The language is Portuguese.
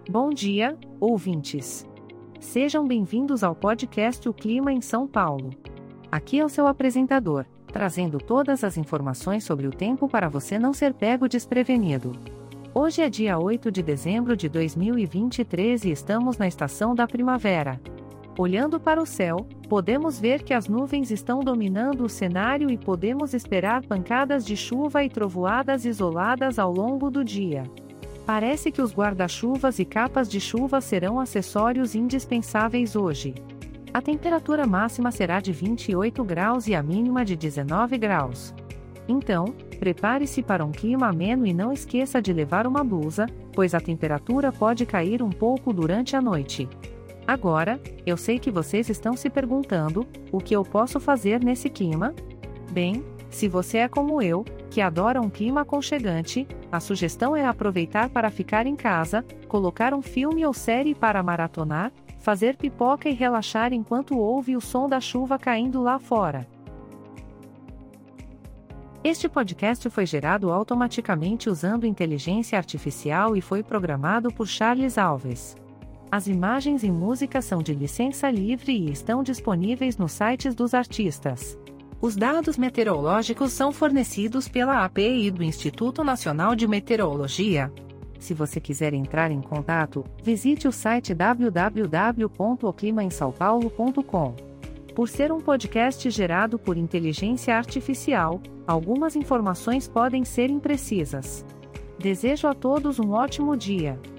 Bom dia, ouvintes. Sejam bem-vindos ao podcast O Clima em São Paulo. Aqui é o seu apresentador, trazendo todas as informações sobre o tempo para você não ser pego desprevenido. Hoje é dia 8 de dezembro de 2023 e estamos na estação da primavera. Olhando para o céu, podemos ver que as nuvens estão dominando o cenário e podemos esperar pancadas de chuva e trovoadas isoladas ao longo do dia. Parece que os guarda-chuvas e capas de chuva serão acessórios indispensáveis hoje. A temperatura máxima será de 28 graus e a mínima de 19 graus. Então, prepare-se para um clima ameno e não esqueça de levar uma blusa, pois a temperatura pode cair um pouco durante a noite. Agora, eu sei que vocês estão se perguntando, o que eu posso fazer nesse clima? Bem, se você é como eu, que adora um clima aconchegante, a sugestão é aproveitar para ficar em casa, colocar um filme ou série para maratonar, fazer pipoca e relaxar enquanto ouve o som da chuva caindo lá fora. Este podcast foi gerado automaticamente usando inteligência artificial e foi programado por Charles Alves. As imagens e músicas são de licença livre e estão disponíveis nos sites dos artistas. Os dados meteorológicos são fornecidos pela API do Instituto Nacional de Meteorologia. Se você quiser entrar em contato, visite o site www.oclimaemsaopaulo.com. Por ser um podcast gerado por inteligência artificial, algumas informações podem ser imprecisas. Desejo a todos um ótimo dia.